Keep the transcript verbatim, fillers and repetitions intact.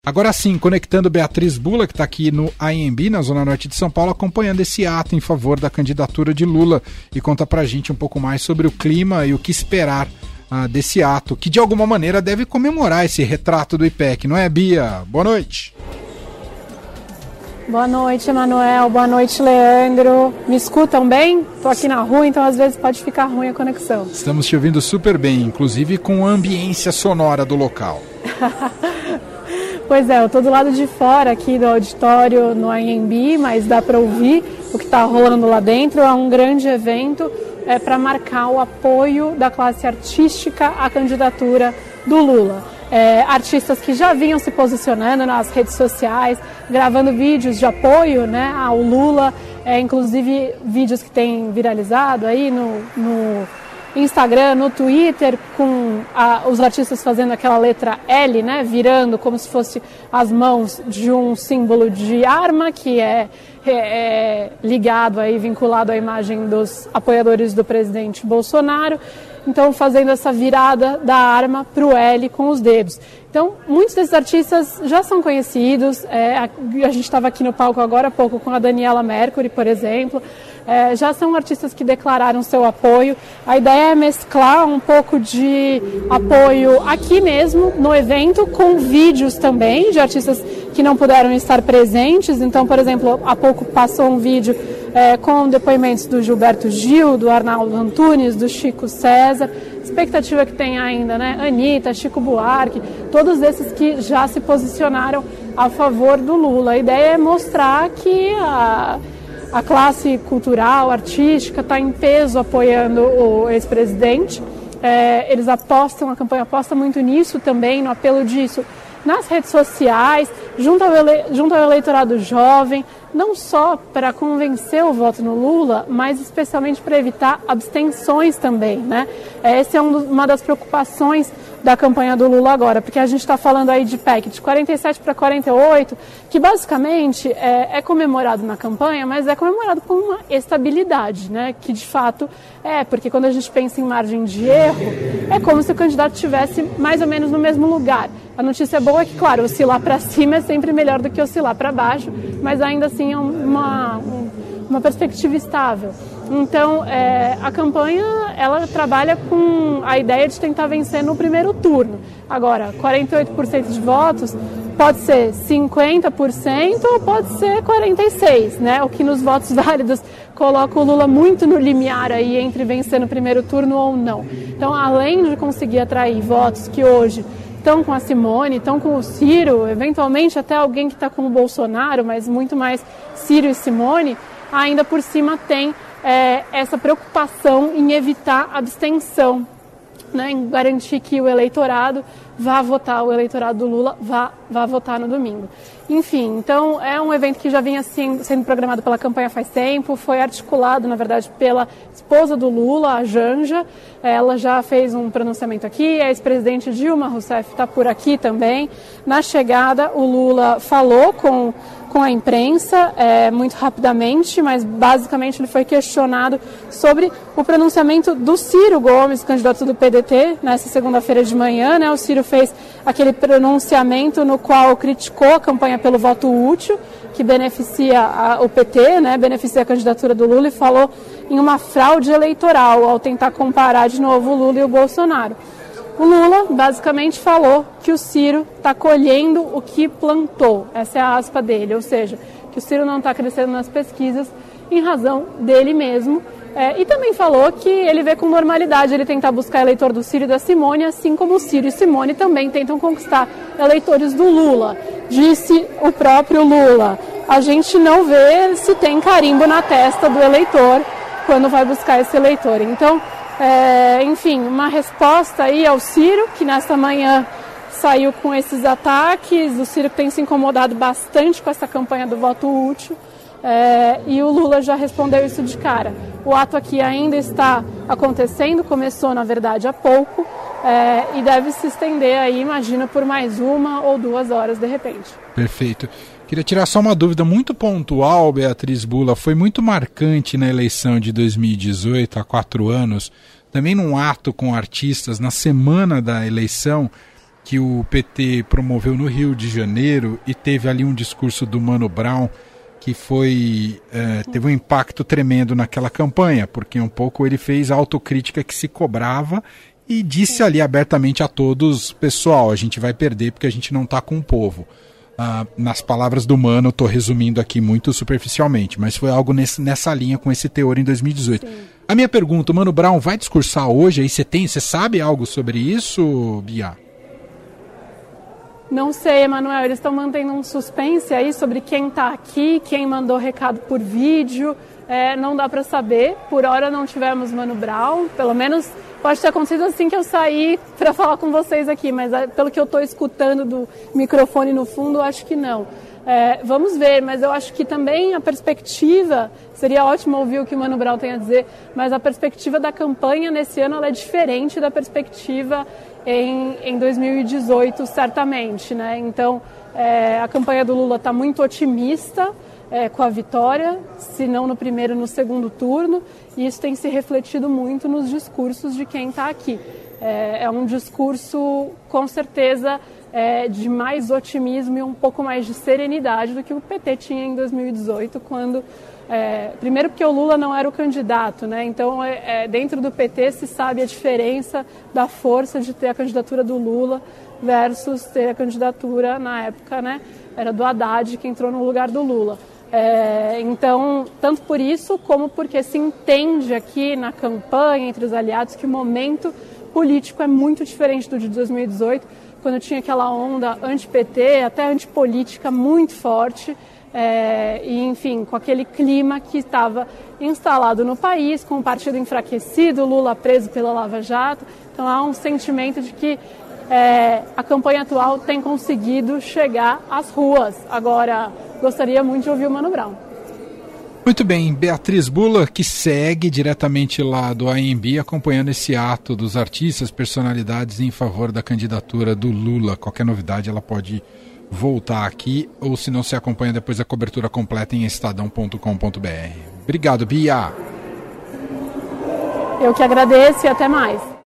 Agora sim, conectando Beatriz Bula, que está aqui no A M B, na Zona Norte de São Paulo, acompanhando esse ato em favor da candidatura de Lula, e conta pra gente um pouco mais sobre o clima e o que esperar uh, desse ato, que de alguma maneira deve comemorar esse retrato do I P E C, não é, Bia? Boa noite. Boa noite, Emanuel. Boa noite, Leandro. Me escutam bem? Estou aqui na rua, então às vezes pode ficar ruim a conexão. Estamos te ouvindo super bem, inclusive com a ambiência sonora do local. Pois é, eu estou do lado de fora aqui do auditório no A M B, mas dá para ouvir o que está rolando lá dentro. É um grande evento é, para marcar o apoio da classe artística à candidatura do Lula. É, artistas que já vinham se posicionando nas redes sociais, gravando vídeos de apoio, né, ao Lula, é, inclusive vídeos que têm viralizado aí no, no Instagram, no Twitter, com a, os artistas fazendo aquela letra L, né, virando como se fosse as mãos de um símbolo de arma, que é, é, é ligado aí, vinculado à imagem dos apoiadores do presidente Bolsonaro. Então, fazendo essa virada da arma para o L com os dedos. Então, muitos desses artistas já são conhecidos. É, a, a gente estava aqui no palco agora há pouco com a Daniela Mercury, por exemplo. É, já são artistas que declararam seu apoio. A ideia é mesclar um pouco de apoio aqui mesmo, no evento, com vídeos também de artistas que não puderam estar presentes. Então, por exemplo, há pouco passou um vídeo é, com depoimentos do Gilberto Gil, do Arnaldo Antunes, do Chico César. Expectativa que tem ainda, né? Anitta, Chico Buarque, todos esses que já se posicionaram a favor do Lula. A ideia é mostrar que a, a classe cultural, artística, está em peso apoiando o ex-presidente. É, eles apostam, a campanha aposta muito nisso também, no apelo disso nas redes sociais, junto ao, ele, junto ao eleitorado jovem, não só para convencer o voto no Lula, mas especialmente para evitar abstenções também, né? Essa é um, uma das preocupações da campanha do Lula agora, porque a gente está falando aí de P E C de quarenta e sete para quarenta e oito, que basicamente é, é comemorado na campanha, mas é comemorado com uma estabilidade, né? Que de fato é, porque quando a gente pensa em margem de erro, é como se o candidato estivesse mais ou menos no mesmo lugar. A notícia boa é que, claro, oscilar para cima é sempre melhor do que oscilar para baixo, mas ainda assim é uma, uma perspectiva estável. Então, é, a campanha, ela trabalha com a ideia de tentar vencer no primeiro turno. Agora, quarenta e oito por cento de votos pode ser cinquenta por cento ou pode ser quarenta e seis por cento, né? O que nos votos válidos coloca o Lula muito no limiar aí entre vencer no primeiro turno ou não. Então, além de conseguir atrair votos que hoje estão com a Simone, estão com o Ciro, eventualmente até alguém que está com o Bolsonaro, mas muito mais Ciro e Simone, ainda por cima tem é, essa preocupação em evitar abstenção, né, em garantir que o eleitorado vá votar, o eleitorado do Lula vá, vá votar no domingo. Enfim, então é um evento que já vinha sendo, sendo programado pela campanha faz tempo, foi articulado, na verdade, pela esposa do Lula, a Janja. Ela já fez um pronunciamento aqui, a ex-presidente Dilma Rousseff está por aqui também. Na chegada, o Lula falou com, com a imprensa, é, muito rapidamente, mas basicamente ele foi questionado sobre o pronunciamento do Ciro Gomes, candidato do P D T, nessa segunda-feira de manhã, né? O Ciro fez aquele pronunciamento no qual criticou a campanha pelo voto útil, que beneficia a, o P T, né, beneficia a candidatura do Lula, e falou em uma fraude eleitoral ao tentar comparar de novo o Lula e o Bolsonaro. O Lula basicamente falou que o Ciro está colhendo o que plantou, essa é a aspa dele, ou seja, que o Ciro não está crescendo nas pesquisas em razão dele mesmo. É, e também falou que ele vê com normalidade ele tentar buscar eleitor do Ciro e da Simone, assim como o Ciro e Simone também tentam conquistar eleitores do Lula. Disse o próprio Lula, a gente não vê se tem carimbo na testa do eleitor quando vai buscar esse eleitor. Então, é, enfim, uma resposta aí ao Ciro, que nesta manhã saiu com esses ataques, o Ciro tem se incomodado bastante com essa campanha do voto útil. É, e o Lula já respondeu isso de cara. O ato aqui ainda está acontecendo, começou na verdade há pouco, é, e deve se estender aí, imagino, por mais uma ou duas horas de repente. Perfeito. Queria tirar só uma dúvida muito pontual, Beatriz Bula. Foi muito marcante na eleição de dois mil e dezoito, há quatro anos, também num ato com artistas, na semana da eleição, que o P T promoveu no Rio de Janeiro e teve ali um discurso do Mano Brown que foi, é, teve um impacto tremendo naquela campanha, porque um pouco ele fez a autocrítica que se cobrava e disse ali abertamente a todos, pessoal, a gente vai perder porque a gente não está com o povo. Ah, nas palavras do Mano, estou resumindo aqui muito superficialmente, mas foi algo nesse, nessa linha com esse teor em dois mil e dezoito. Sim. A minha pergunta, o Mano Brown vai discursar hoje? Aí você tem, você sabe algo sobre isso, Bia? Não sei, Emanuel, eles estão mantendo um suspense aí sobre quem está aqui, quem mandou recado por vídeo, é, não dá para saber. Por hora não tivemos Mano Brown, pelo menos pode ter acontecido assim que eu saí para falar com vocês aqui, mas pelo que eu estou escutando do microfone no fundo, acho que não. É, vamos ver, mas eu acho que também a perspectiva, seria ótimo ouvir o que o Mano Brown tem a dizer, mas a perspectiva da campanha nesse ano ela é diferente da perspectiva em, em dois mil e dezoito, certamente, né? Então, é, a campanha do Lula está muito otimista é, com a vitória, se não no primeiro, no segundo turno, e isso tem se refletido muito nos discursos de quem está aqui. É, é um discurso, com certeza, É, de mais otimismo e um pouco mais de serenidade do que o P T tinha em dois mil e dezoito, quando, é, primeiro porque o Lula não era o candidato, né? Então é, é, dentro do P T se sabe a diferença da força de ter a candidatura do Lula versus ter a candidatura, na época, né, era do Haddad, que entrou no lugar do Lula. É, então, tanto por isso, como porque se entende aqui na campanha, entre os aliados, que o momento político é muito diferente do de dois mil e dezoito, quando tinha aquela onda anti-P T, até antipolítica muito forte, é, e enfim, com aquele clima que estava instalado no país, com o partido enfraquecido, Lula preso pela Lava Jato. Então há um sentimento de que é, a campanha atual tem conseguido chegar às ruas. Agora, gostaria muito de ouvir o Mano Brown. Muito bem, Beatriz Bula, que segue diretamente lá do A M B, acompanhando esse ato dos artistas, personalidades em favor da candidatura do Lula. Qualquer novidade ela pode voltar aqui, ou se não, se acompanha depois a cobertura completa em estadão ponto com ponto b r. Obrigado, Bia. Eu que agradeço e até mais.